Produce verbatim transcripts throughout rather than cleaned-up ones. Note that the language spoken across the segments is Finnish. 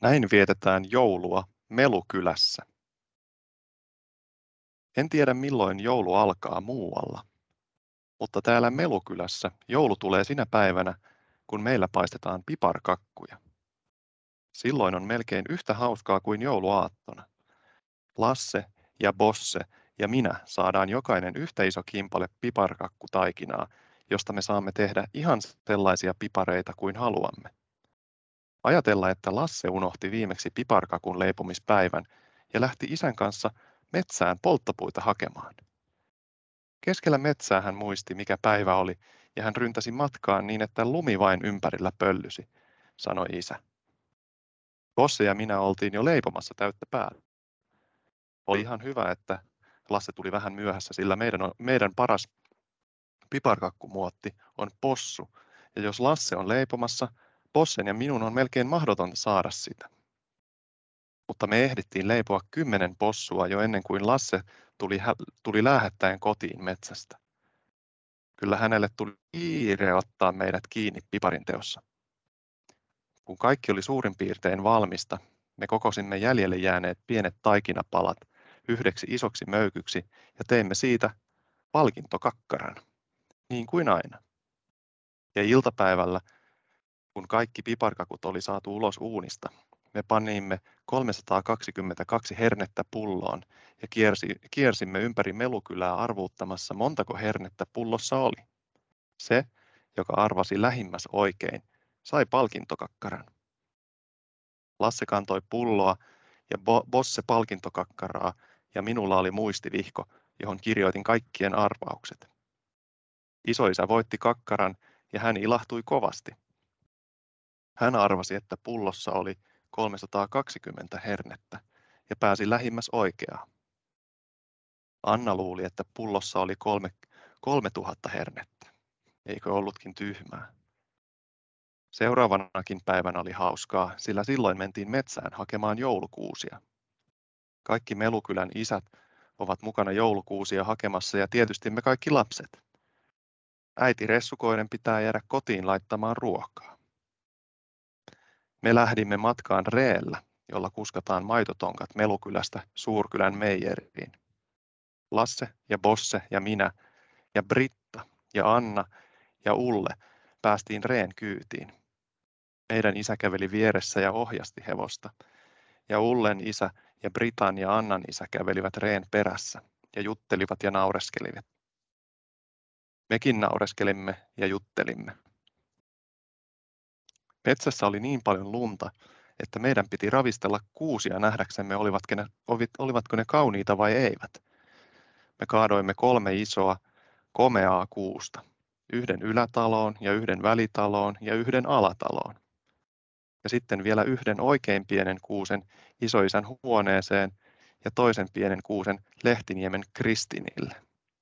Näin vietetään joulua Melukylässä. En tiedä milloin joulu alkaa muualla, mutta täällä Melukylässä joulu tulee sinä päivänä, kun meillä paistetaan piparkakkuja. Silloin on melkein yhtä hauskaa kuin jouluaattona. Lasse ja Bosse ja minä saadaan jokainen yhtä iso kimpale piparkakkutaikinaa, josta me saamme tehdä ihan sellaisia pipareita kuin haluamme. Ajatella, että Lasse unohti viimeksi piparkakun leipomispäivän ja lähti isän kanssa metsään polttopuita hakemaan. Keskellä metsää hän muisti, mikä päivä oli, ja hän ryntäsi matkaan niin, että lumi vain ympärillä pöllysi, sanoi isä. Bosse ja minä oltiin jo leipomassa täyttä päällä. Oli ihan hyvä, että Lasse tuli vähän myöhässä, sillä meidän, on, meidän paras piparkakkumuotti on possu, ja jos Lasse on leipomassa, Bossen ja minun on melkein mahdotonta saada sitä. Mutta me ehdittiin leipoa kymmenen possua jo ennen kuin Lasse tuli, tuli läähättäen kotiin metsästä. Kyllä hänelle tuli kiire ottaa meidät kiinni piparin teossa. Kun kaikki oli suurin piirtein valmista, me kokosimme jäljelle jääneet pienet taikinapalat yhdeksi isoksi möykyksi ja teimme siitä palkintokakkaran, niin kuin aina. Ja iltapäivällä, kun kaikki piparkakut oli saatu ulos uunista, me panimme kolmesataakaksikymmentäkaksi hernettä pulloon ja kiersi, kiersimme ympäri Melukylää arvuuttamassa, montako hernettä pullossa oli. Se, joka arvasi lähimmäs oikein, sai palkintokakkaran. Lasse kantoi pulloa ja Bo- Bosse palkintokakkaraa ja minulla oli muistivihko, johon kirjoitin kaikkien arvaukset. Isoisä voitti kakkaran ja hän ilahtui kovasti. Hän arvasi, että pullossa oli kolmesataakaksikymmentä hernettä ja pääsi lähimmäs oikeaa. Anna luuli, että pullossa oli kolme, kolmetuhatta hernettä. Eikö ollutkin tyhmää? Seuraavanakin päivänä oli hauskaa, sillä silloin mentiin metsään hakemaan joulukuusia. Kaikki Melukylän isät ovat mukana joulukuusia hakemassa ja tietysti me kaikki lapset. Äiti Ressukoinen pitää jäädä kotiin laittamaan ruokaa. Me lähdimme matkaan reellä, jolla kuskataan maitotonkat Melukylästä Suurkylän meijeriin. Lasse ja Bosse ja minä ja Britta ja Anna ja Ulle päästiin reen kyytiin. Meidän isä käveli vieressä ja ohjasti hevosta, ja Ullen isä ja Britan ja Annan isä kävelivät reen perässä ja juttelivat ja naureskelivat. Mekin naureskelimme ja juttelimme. Metsässä oli niin paljon lunta, että meidän piti ravistella kuusia nähdäksemme, olivatko ne, olivatko ne kauniita vai eivät. Me kaadoimme kolme isoa, komeaa kuusta, yhden ylätaloon ja yhden välitaloon ja yhden alataloon. Ja sitten vielä yhden oikein pienen kuusen isoisän huoneeseen ja toisen pienen kuusen Lehtiniemen Kristinille.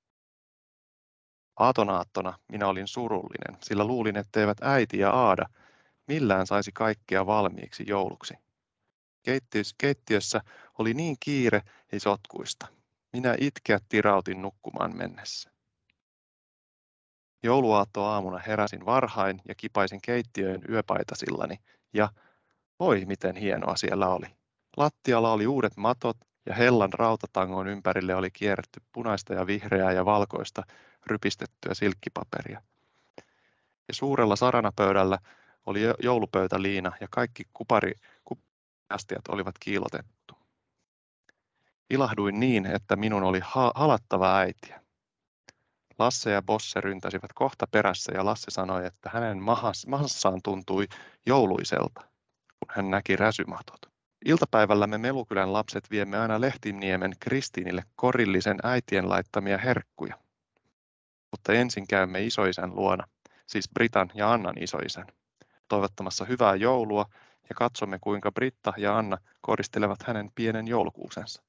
Aatonaattona minä olin surullinen, sillä luulin, etteivät äiti ja Aada millään saisi kaikkea valmiiksi jouluksi. Keittiössä oli niin kiire ja sotkuista. Minä itkeä tirautin nukkumaan mennessä. Jouluaattoaamuna heräsin varhain ja kipaisin keittiöön yöpaitasillani ja oi miten hienoa siellä oli. Lattialla oli uudet matot ja hellan rautatangon ympärille oli kierretty punaista ja vihreää ja valkoista rypistettyä silkkipaperia. Ja suurella saranapöydällä oli joulupöytäliina ja kaikki kupari, kupariastiat olivat kiilotettu. Ilahduin niin, että minun oli ha- halattava äitiä. Lasse ja Bosse ryntäsivät kohta perässä ja Lasse sanoi, että hänen mahassaan tuntui jouluiselta, kun hän näki räsymatot. Iltapäivällä me Melukylän lapset viemme aina Lehtiniemen Kristiinille korillisen äitien laittamia herkkuja. Mutta ensin käymme isoisän luona, siis Britan ja Annan isoisän, toivottamassa hyvää joulua ja katsomme kuinka Britta ja Anna koristelevat hänen pienen joulukuusensa.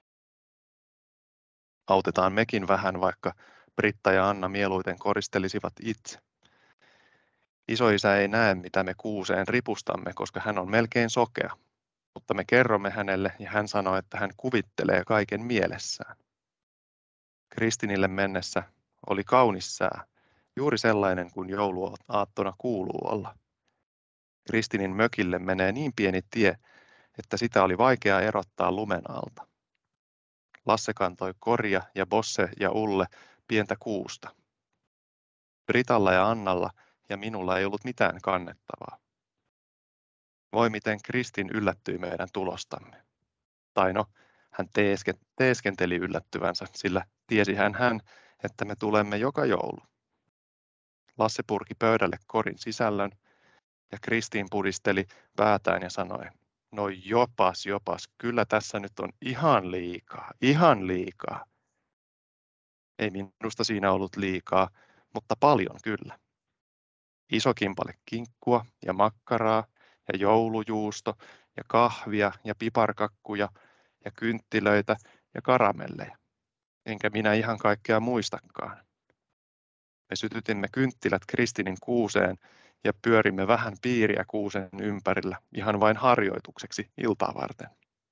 Autetaan mekin vähän, vaikka Britta ja Anna mieluiten koristelisivat itse. Isoisä ei näe, mitä me kuuseen ripustamme, koska hän on melkein sokea, mutta me kerromme hänelle ja hän sanoo, että hän kuvittelee kaiken mielessään. Kristinille mennessä oli kaunis sää, juuri sellainen kuin jouluaattona kuuluu olla. Kristinin mökille menee niin pieni tie, että sitä oli vaikea erottaa lumen alta. Lasse kantoi koria ja Bosse ja Ulle pientä kuusta. Britalla ja Annalla ja minulla ei ollut mitään kannettavaa. Voi miten Kristin yllättyi meidän tulostamme. Tai no, hän teeske, teeskenteli yllättyvänsä, sillä tiesi hän hän, että me tulemme joka joulu. Lasse purki pöydälle korin sisällön ja Kristiin pudisteli päätään ja sanoi, no jopas, jopas, kyllä tässä nyt on ihan liikaa, ihan liikaa. Ei minusta siinä ollut liikaa, mutta paljon kyllä. Iso kimpale kinkkua ja makkaraa ja joulujuusto ja kahvia ja piparkakkuja ja kynttilöitä ja karamelleja. Enkä minä ihan kaikkea muistakaan. Me sytytimme kynttilät Kristinin kuuseen ja pyörimme vähän piiriä kuusen ympärillä ihan vain harjoitukseksi iltaa varten.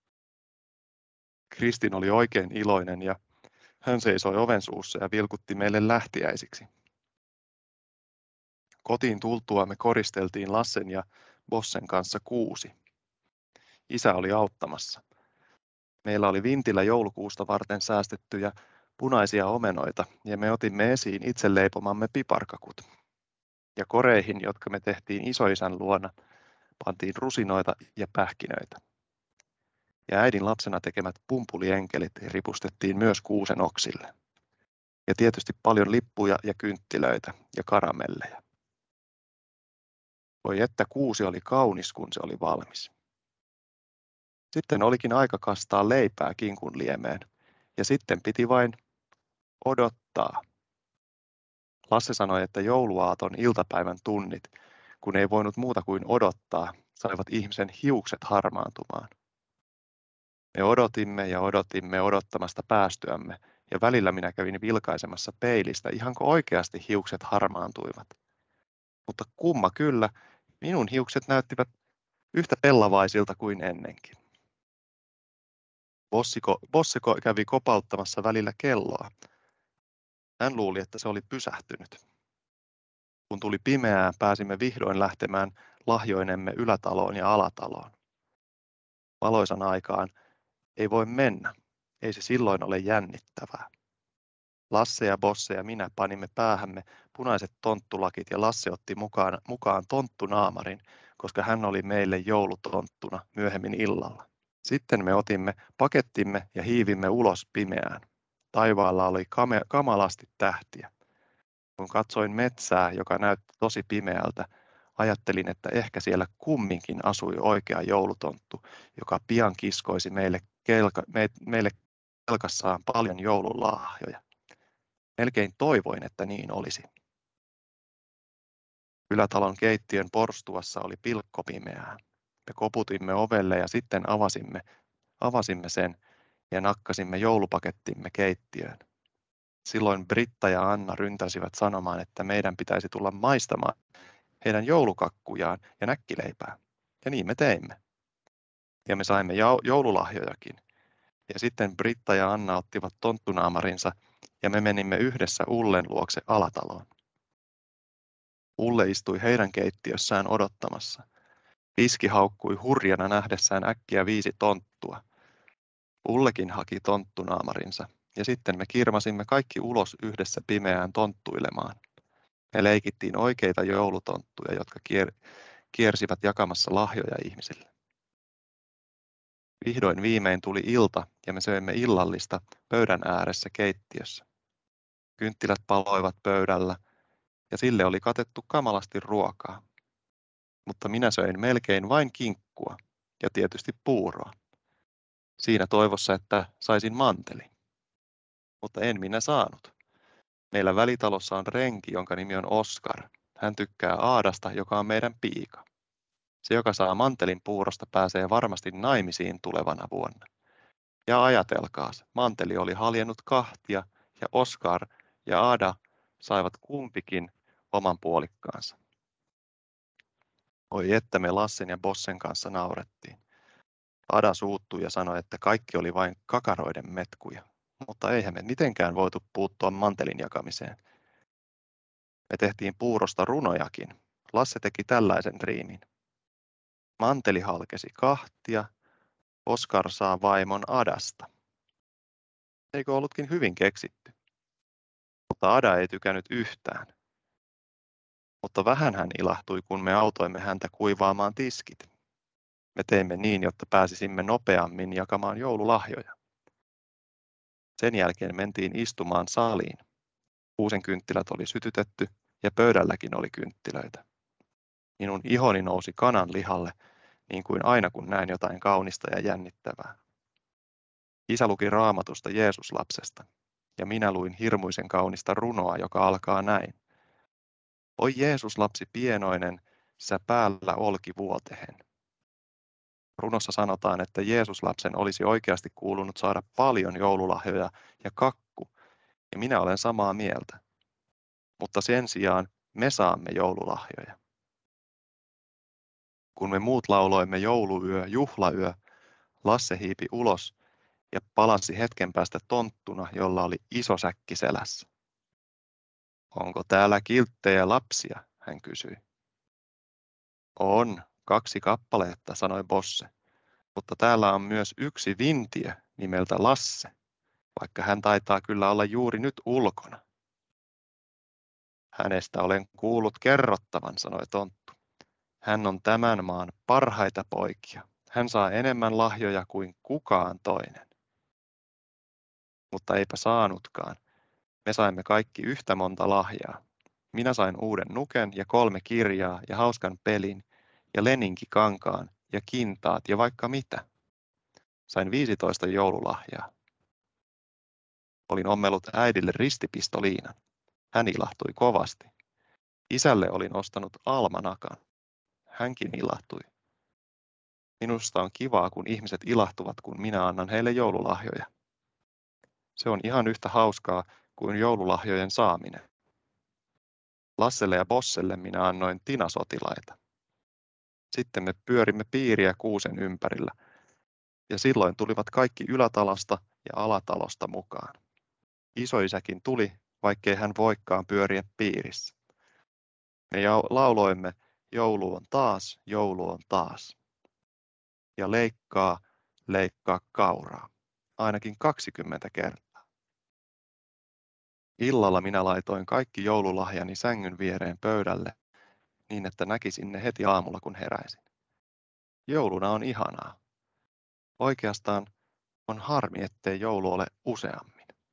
Kristin oli oikein iloinen ja hän seisoi oven suussa ja vilkutti meille lähtiäisiksi. Kotiin tultua me koristeltiin Lassen ja Bossen kanssa kuusi. Isä oli auttamassa. Meillä oli vintillä joulukuusta varten säästettyjä punaisia omenoita ja me otimme esiin itse leipomamme piparkakut. Ja koreihin, jotka me tehtiin isoisän luona, pantiin rusinoita ja pähkinöitä. Ja äidin lapsena tekemät pumpulienkkelit ripustettiin myös kuusen oksille. Ja tietysti paljon lippuja ja kynttilöitä ja karamelleja. Voi että kuusi oli kaunis, kun se oli valmis. Sitten olikin aika kastaa leipää kinkun liemeen, ja sitten piti vain odottaa. Lasse sanoi, että jouluaaton iltapäivän tunnit, kun ei voinut muuta kuin odottaa, saivat ihmisen hiukset harmaantumaan. Me odotimme ja odotimme odottamasta päästyämme, ja välillä minä kävin vilkaisemassa peilistä, ihanko oikeasti hiukset harmaantuivat. Mutta kumma kyllä, minun hiukset näyttivät yhtä pellavaisilta kuin ennenkin. Bossiko, Bossiko kävi kopauttamassa välillä kelloa. Hän luuli, että se oli pysähtynyt. Kun tuli pimeää, pääsimme vihdoin lähtemään lahjoinemme ylätaloon ja alataloon. Valoisan aikaan ei voi mennä, ei se silloin ole jännittävää. Lasse ja Bosse ja minä panimme päähämme punaiset tonttulakit ja Lasse otti mukaan, mukaan tonttunaamarin, koska hän oli meille joulutonttuna myöhemmin illalla. Sitten me otimme pakettimme ja hiivimme ulos pimeään. Taivaalla oli kame, kamalasti tähtiä. Kun katsoin metsää, joka näytti tosi pimeältä, ajattelin, että ehkä siellä kumminkin asui oikea joulutonttu, joka pian kiskoisi meille, kelka, me, meille kelkassaan paljon joululahjoja. Melkein toivoin, että niin olisi. Ylätalon keittiön porstuassa oli pilkkopimeää. Me koputimme ovelle ja sitten avasimme, avasimme sen ja nakkasimme joulupakettimme keittiöön. Silloin Britta ja Anna ryntäsivät sanomaan, että meidän pitäisi tulla maistamaan heidän joulukakkujaan ja näkkileipää. Ja niin me teimme. Ja me saimme joululahjojakin. Ja sitten Britta ja Anna ottivat tonttunaamarinsa ja me menimme yhdessä Ullen luokse alataloon. Ulle istui heidän keittiössään odottamassa. Iski haukkui hurjana nähdessään äkkiä viisi tonttua. Ullekin haki tonttunaamarinsa ja sitten me kirmasimme kaikki ulos yhdessä pimeään tonttuilemaan. Me leikittiin oikeita joulutonttuja, jotka kier- kiersivät jakamassa lahjoja ihmisille. Vihdoin viimein tuli ilta ja me söimme illallista pöydän ääressä keittiössä. Kynttilät paloivat pöydällä ja sille oli katettu kamalasti ruokaa. Mutta minä söin melkein vain kinkkua ja tietysti puuroa. Siinä toivossa, että saisin mantelin. Mutta en minä saanut. Meillä välitalossa on renki, jonka nimi on Oskar. Hän tykkää Aadasta, joka on meidän piika. Se, joka saa mantelin puurosta, pääsee varmasti naimisiin tulevana vuonna. Ja ajatelkaas, manteli oli haljennut kahtia ja Oskar ja Aada saivat kumpikin oman puolikkaansa. Oi että me Lassen ja Bossen kanssa naurettiin. Ada suuttui ja sanoi, että kaikki oli vain kakaroiden metkuja, mutta eihän me mitenkään voitu puuttua mantelin jakamiseen. Me tehtiin puurosta runojakin. Lasse teki tällaisen riimin. Manteli halkesi kahtia, Oskar saa vaimon Adasta. Eikö ollutkin hyvin keksitty? Mutta Ada ei tykännyt yhtään. Mutta vähän hän ilahtui, kun me autoimme häntä kuivaamaan tiskit. Me teimme niin, jotta pääsisimme nopeammin jakamaan joululahjoja. Sen jälkeen mentiin istumaan saliin. Kuusen kynttilät oli sytytetty ja pöydälläkin oli kynttilöitä. Minun ihoni nousi kanan lihalle, niin kuin aina kun näin jotain kaunista ja jännittävää. Isä luki Raamatusta Jeesuslapsesta, ja minä luin hirmuisen kaunista runoa, joka alkaa näin. Oi Jeesuslapsi pienoinen, sä päällä olki vuotehen. Runossa sanotaan, että Jeesuslapsen olisi oikeasti kuulunut saada paljon joululahjoja ja kakku, ja minä olen samaa mieltä. Mutta sen sijaan me saamme joululahjoja. Kun me muut lauloimme jouluyö, juhlayö, Lasse hiipi ulos ja palasi hetken päästä tonttuna, jolla oli iso säkki selässä. Onko täällä kilttejä lapsia, hän kysyi. On, kaksi kappaletta, sanoi Bosse, mutta täällä on myös yksi vintiö nimeltä Lasse, vaikka hän taitaa kyllä olla juuri nyt ulkona. Hänestä olen kuullut kerrottavan, sanoi tonttu. Hän on tämän maan parhaita poikia. Hän saa enemmän lahjoja kuin kukaan toinen. Mutta eipä saanutkaan. Me saimme kaikki yhtä monta lahjaa. Minä sain uuden nuken ja kolme kirjaa ja hauskan pelin ja leninkikankaan ja kintaat ja vaikka mitä. Sain viisitoista joululahjaa. Olin ommellut äidille ristipistoliinan. Hän ilahtui kovasti. Isälle olin ostanut almanakan. Hänkin ilahtui. Minusta on kivaa, kun ihmiset ilahtuvat, kun minä annan heille joululahjoja. Se on ihan yhtä hauskaa kuin joululahjojen saaminen. Lasselle ja Bosselle minä annoin tinasotilaita. Sitten me pyörimme piiriä kuusen ympärillä, ja silloin tulivat kaikki ylätalosta ja alatalosta mukaan. Isoisäkin tuli, vaikkei hän voikaan pyöriä piirissä. Me lauloimme, joulu on taas, joulu on taas. Ja leikkaa, leikkaa kauraa, ainakin kaksikymmentä kertaa. Illalla minä laitoin kaikki joululahjani sängyn viereen pöydälle, niin että näkisin ne heti aamulla kun heräisin. Jouluna on ihanaa. Oikeastaan on harmi, ettei joulu ole useammin.